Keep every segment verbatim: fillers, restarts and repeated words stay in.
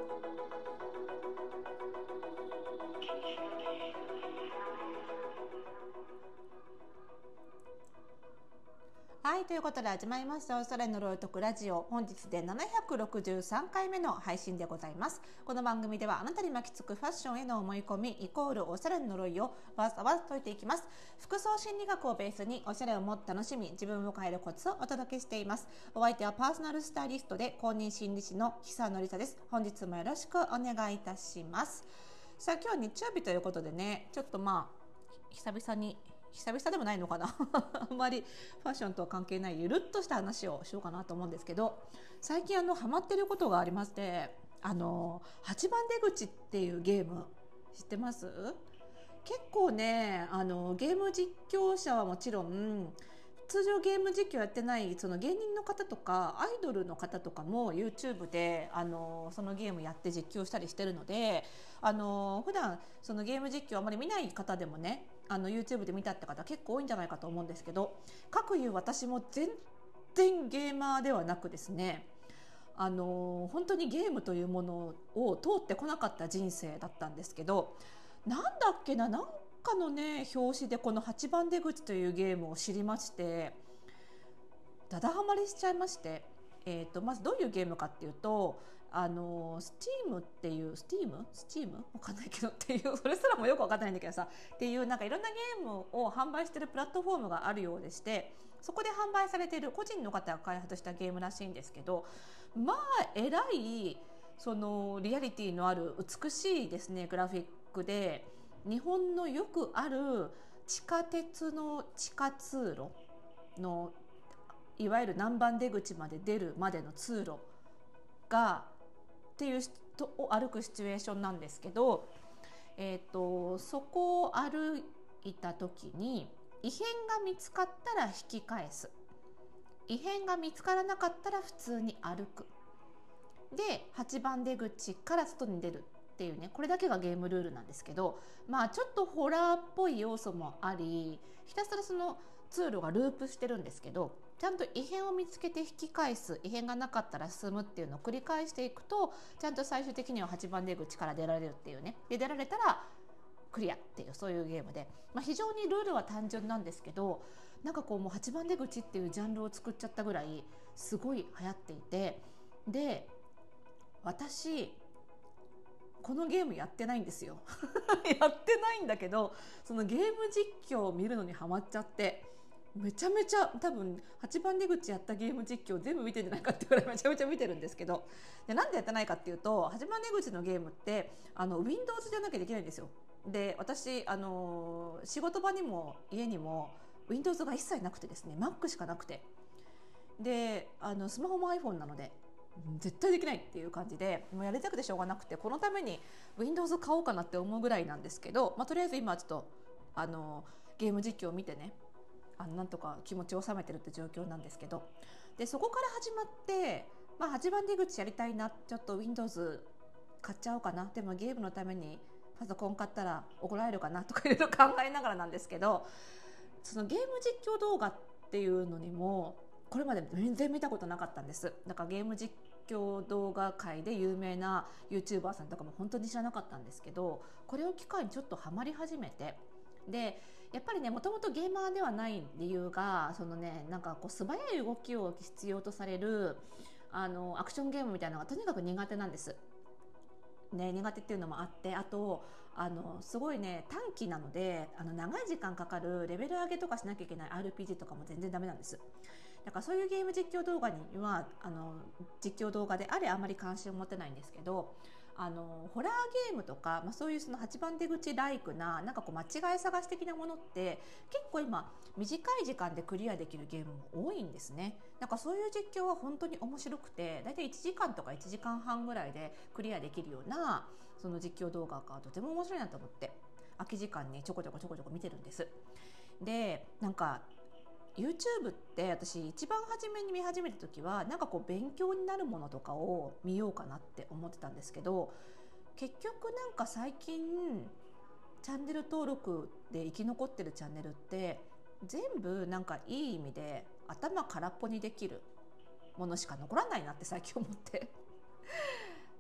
はい、ということで始まりましたオーストラリアの呪いを解くラジオ、本日でななひゃくろくじゅうさんかいめの配信でございます。この番組ではあなたに巻きつくファッションへの思い込みイコールおしゃれの呪いをわざわざ解いていきます。服装心理学をベースにおしゃれをもっと楽しみ、自分を変えるコツをお届けしています。お相手はパーソナルスタイリストで公認心理師の久野里沙です。本日もよろしくお願いいたします。さあ、今日は日曜日ということでね、ちょっとまあ久々に久々でもないのかなあんまりファッションとは関係ないゆるっとした話をしようかなと思うんですけど、最近あのハマってることがありまして、あのはちばん出口っていうゲーム知ってます？結構ね、あのゲーム実況者はもちろん、通常ゲーム実況やってないその芸人の方とかアイドルの方とかも YouTube であのそのゲームやって実況したりしてるので、あの普段そのゲーム実況あまり見ない方でもね、あの YouTube で見たって方結構多いんじゃないかと思うんですけど、かくいう私も全然ゲーマーではなくですね、あの本当にゲームというものを通ってこなかった人生だったんですけど、なんだっけな、なんかのね表紙でこのはちばん出口というゲームを知りまして、だだハマりしちゃいまして、えー、とまずどういうゲームかっていうと、あの Steam っていう Steam? Steam? わかんないけどっていう、それすらもよくわかんないんだけどさっていう、なんかいろんなゲームを販売してるプラットフォームがあるようでして、そこで販売されている個人の方が開発したゲームらしいんですけど、まあえらいそのリアリティのある美しいですねグラフィックで、日本のよくある地下鉄の地下通路のいわゆる何番出口まで出るまでの通路がっていう人を歩くシチュエーションなんですけど、えーと、そこを歩いた時に異変が見つかったら引き返す、異変が見つからなかったら普通に歩くではちばん出口から外に出るっていうね、これだけがゲームルールなんですけど、まあちょっとホラーっぽい要素もあり、ひたすらその通路がループしてるんですけど、ちゃんと異変を見つけて引き返す、異変がなかったら進むっていうのを繰り返していくと、ちゃんと最終的にははちばん出口から出られるっていうね、で出られたらクリアっていう、そういうゲームで、まあ、非常にルールは単純なんですけど、なんかこうもうはちばん出口っていうジャンルを作っちゃったぐらいすごい流行っていて、で私このゲームやってないんですよやってないんだけど、そのゲーム実況を見るのにハマっちゃって、めちゃめちゃ多分はちばん出口やったゲーム実況全部見てんじゃないかっていうぐらいめちゃめちゃ見てるんですけど、でなんでやってないかっていうと、はちばん出口のゲームってあの Windows じゃなきゃできないんですよ。で私あの仕事場にも家にも Windows が一切なくてですね、 Mac しかなくて、であのスマホも iPhone なので絶対できないっていう感じで、もうやりたくてしょうがなくて、このために Windows 買おうかなって思うぐらいなんですけど、まあ、とりあえず今はちょっとあのゲーム実況を見てね、あのなんとか気持ちを収めてるって状況なんですけど、でそこから始まって、まあ、はちばん出口やりたいな、ちょっと Windows 買っちゃおうかな、でもゲームのためにパソコン買ったら怒られるかなとかいろいろ考えながらなんですけど、そのゲーム実況動画っていうのにもこれまで全然見たことなかったんです。だからゲーム実況動画界で有名な YouTuber さんとかも本当に知らなかったんですけど、これを機会にちょっとハマり始めて、でやっぱりね、もともとゲーマーではない理由が、そのね、なんかこう素早い動きを必要とされるあのアクションゲームみたいなのがとにかく苦手なんです。ね、苦手っていうのもあって、あとあのすごいね短期なので、あの長い時間かかるレベル上げとかしなきゃいけない アールピージー とかも全然ダメなんです。だからそういうゲーム実況動画にはあの実況動画であれあまり関心を持てないんですけど、あのホラーゲームとか、まあ、そういうそのはちばん出口ライクな、なんかこう間違い探し的なものって結構今短い時間でクリアできるゲームも多いんですね。なんかそういう実況は本当に面白くて、だいたいいちじかんとかいちじかんはんぐらいでクリアできるようなその実況動画がとても面白いなと思って、空き時間にちょこちょこちょこちょこ見てるんです。でなんか YouTube って私一番初めに見始めた時は、なんかこう勉強になるものとかを見ようかなって思ってたんですけど、結局なんか最近チャンネル登録で生き残ってるチャンネルって全部なんかいい意味で頭空っぽにできるものしか残らないなって最近思って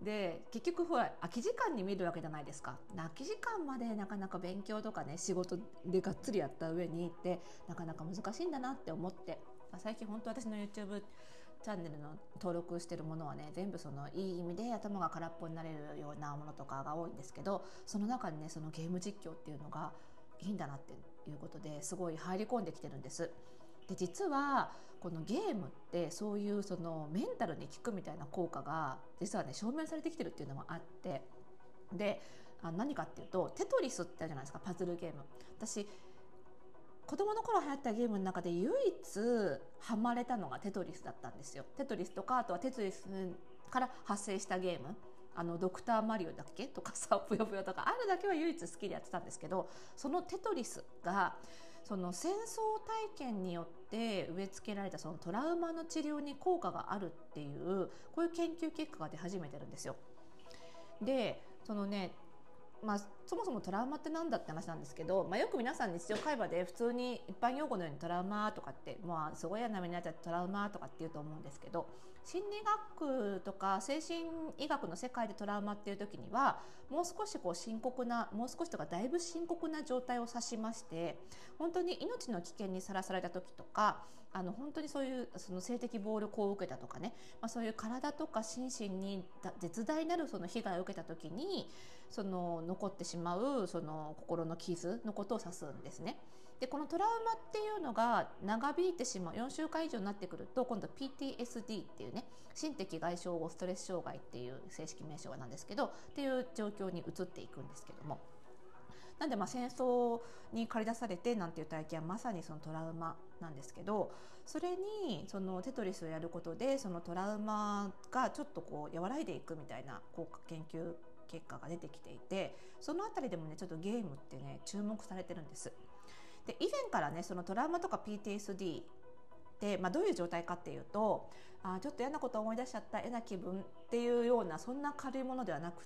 で結局ほら空き時間に見るわけじゃないですか。空き時間までなかなか勉強とかね仕事でがっつりやった上にってなかなか難しいんだなって思って、最近本当私の YouTube チャンネルの登録してるものはね全部そのいい意味で頭が空っぽになれるようなものとかが多いんですけど、その中にねそのゲーム実況っていうのがいいんだなっていうことですごい入り込んできてるんです。で実はこのゲームってそういうそのメンタルに効くみたいな効果が実はね証明されてきてるっていうのもあって、であ何かっていうとテトリスってあるじゃないですか、パズルゲーム。私子供の頃流行ったゲームの中で唯一ハマれたのがテトリスだったんですよ。テトリスとかあとはテトリスから発生したゲーム、あのドクターマリオだっけとかさぷよぷよとかあるだけは唯一好きでやってたんですけど、そのテトリスがその戦争体験によって植え付けられたそのトラウマの治療に効果があるっていうこういう研究結果が出始めてるんですよ。でそのねまあ、そもそもトラウマって何だって話なんですけど、まあ、よく皆さん日常会話で普通に一般用語のようにトラウマとかって、まあ、すごい嫌な目になっちゃってトラウマとかって言うと思うんですけど、心理学とか精神医学の世界でトラウマっていう時にはもう少しこう深刻なもう少しとかだいぶ深刻な状態を指しまして、本当に命の危険にさらされた時とか、あの本当にそういうその性的暴力を受けたとかね、まあ、そういう体とか心身に絶大なるその被害を受けた時にその残ってしまうその心の傷のことを指すんですね。でこのトラウマっていうのが長引いてしまうよんしゅうかん以上になってくると今度 ピーティーエスディー っていうね、心的外傷後ストレス障害っていう正式名称なんですけどっていう状況に移っていくんですけども、なんでまあ戦争に駆り出されてなんていう体験はまさにそのトラウマなんですけど、それにそのテトリスをやることでそのトラウマがちょっとこう和らいでいくみたいな効果研究結果が出てきていて、そのあたりでもねちょっとゲームってね注目されてるんです。で以前からねそのトラウマとか ピーティーエスディーで、まあ、どういう状態かっていうと、あちょっと嫌なことを思い出しちゃった嫌な気分っていうようなそんな軽いものではなくって、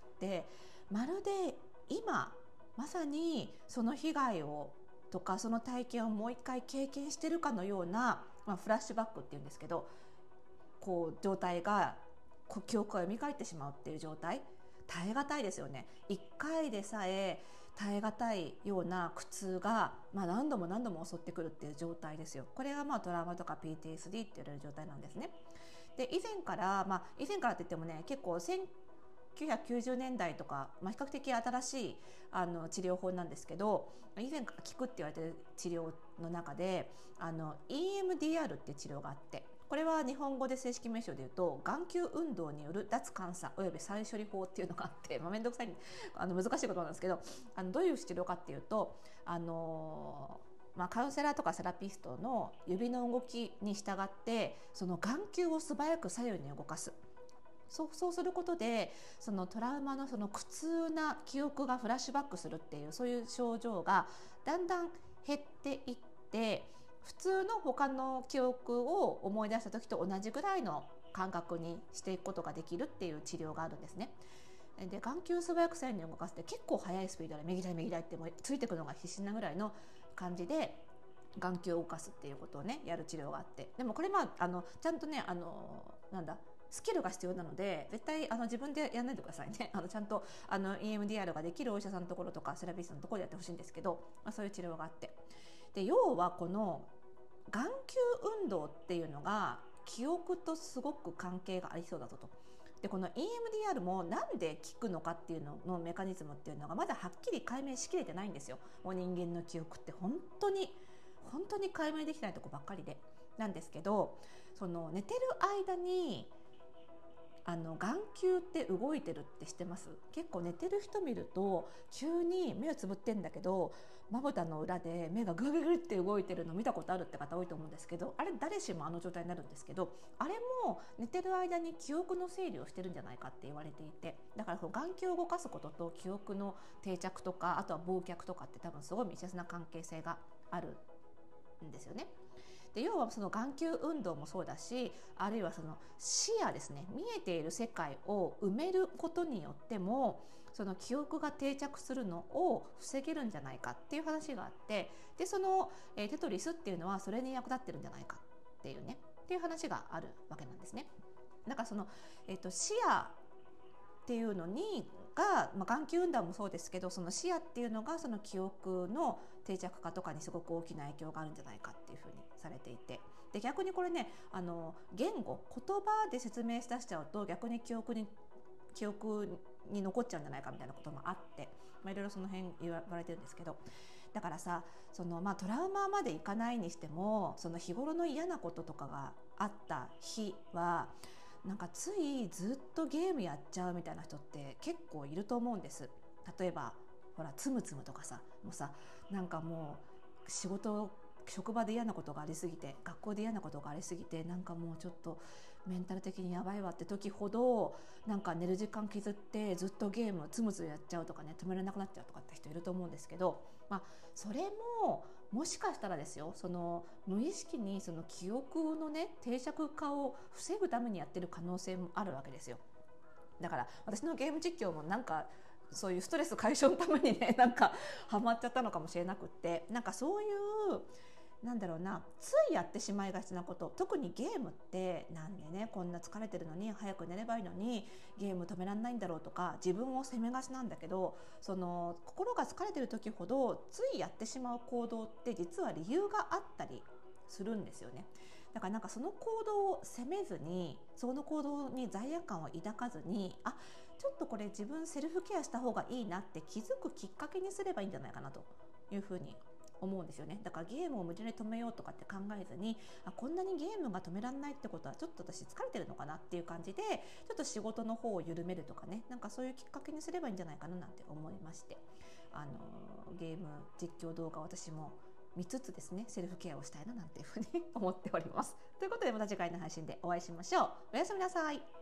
まるで今まさにその被害をとかその体験をもう一回経験してるかのような、まあ、フラッシュバックっていうんですけど、こう状態が記憶が蘇ってしまうっていう状態、耐え難いですよね。いっかいでさえ耐え難いような苦痛が、まあ、何度も何度も襲ってくるっていう状態ですよ。これがまあトラウマとか ピーティーエスディー って言われる状態なんですね。で以前から、まあ、以前からって言ってもね結構せんきゅうひゃくきゅうじゅうねんだいとか、まあ、比較的新しいあの治療法なんですけど、以前から効くって言われてる治療の中であの イーエムディーアール っていう治療があって、これは日本語で正式名称で言うと眼球運動による脱感作および再処理法っていうのがあって、まあ、めんどくさいあの難しいことなんですけど、あのどういう治療かっていうと、あのまあ、カウンセラーとかセラピストの指の動きに従ってその眼球を素早く左右に動かす。そう、そうすることでそのトラウマのその苦痛な記憶がフラッシュバックするっていうそういう症状がだんだん減っていって、普通の他の記憶を思い出した時と同じぐらいの感覚にしていくことができるっていう治療があるんですね。で眼球素早く左右に動かすって結構速いスピードで右左右左ってもうついてくるのが必死なぐらいの感じで眼球を動かすっていうことをねやる治療があって、でもこれまああのちゃんとねあのなんだスキルが必要なので絶対あの自分でやらないでくださいね。あのちゃんとあの イーエムディーアール ができるお医者さんのところとかセラピストのところでやってほしいんですけど、まあ、そういう治療があって、で要はこの眼球運動っていうのが記憶とすごく関係がありそうだぞと。でこの イーエムディーアール もなんで効くのかっていうののメカニズムっていうのがまだはっきり解明しきれてないんですよ。もう人間の記憶って本当に本当に解明できないとこばっかりでなんですけど、その寝てる間にあの眼球って動いてるって知ってます？結構寝てる人見ると急に目をつぶってんだけどまぶたの裏で目がグルグルって動いてるの見たことあるって方多いと思うんですけど、あれ誰しもあの状態になるんですけど、あれも寝てる間に記憶の整理をしてるんじゃないかって言われていて、だからその眼球を動かすことと記憶の定着とかあとは忘却とかって多分すごい密接な関係性があるんですよね。で要はその眼球運動もそうだし、あるいはその視野ですね、見えている世界を埋めることによってもその記憶が定着するのを防げるんじゃないかっていう話があって、でその、えー、テトリスっていうのはそれに役立ってるんじゃないかっていうねっていう話があるわけなんですね。だからその、えーと、視野っっていうのにが、まあ、眼球運動もそうですけど、その視野っていうのがその記憶の定着化とかにすごく大きな影響があるんじゃないかっていうふうにされていて、で逆にこれね、あの言語言葉で説明しだしちゃうと逆に記憶に記憶に残っちゃうんじゃないかみたいなこともあって、まあ、いろいろその辺言われてるんですけど、だからさ、その、まあ、トラウマまでいかないにしても、その日頃の嫌なこととかがあった日はなんかついずっとゲームやっちゃうみたいな人って結構いると思うんです。例えばほらつむつむとかさ、もうさ、なんかもう仕事職場で嫌なことがありすぎて、学校で嫌なことがありすぎて、なんかもうちょっとメンタル的にやばいわって時ほど、なんか寝る時間削ってずっとゲームつむつむやっちゃうとかね、止められなくなっちゃうとかって人いると思うんですけど、まあそれももしかしたらですよ、その無意識にその記憶のね定着化を防ぐためにやってる可能性もあるわけですよ。だから私のゲーム実況もなんかそういうストレス解消のためにね、なんかハマっちゃったのかもしれなくって、なんかそういうなんだろうな、ついやってしまいがちなこと、特にゲームってなんでねこんな疲れてるのに早く寝ればいいのにゲーム止めらんないんだろうとか自分を責めがちなんだけど、その心が疲れてる時ほどついやってしまう行動って実は理由があったりするんですよね。だからなんかその行動を責めずに、その行動に罪悪感を抱かずに、あ、ちょっとこれ自分セルフケアした方がいいなって気づくきっかけにすればいいんじゃないかなというふうに思うんですよね。だからゲームを無理に止めようとかって考えずに、あ、こんなにゲームが止められないってことはちょっと私疲れてるのかなっていう感じで、ちょっと仕事の方を緩めるとかね、なんかそういうきっかけにすればいいんじゃないかななんて思いまして、あのゲーム実況動画私も見つつですね、セルフケアをしたいななんていうふうに思っております。ということでまた次回の配信でお会いしましょう。おやすみなさい。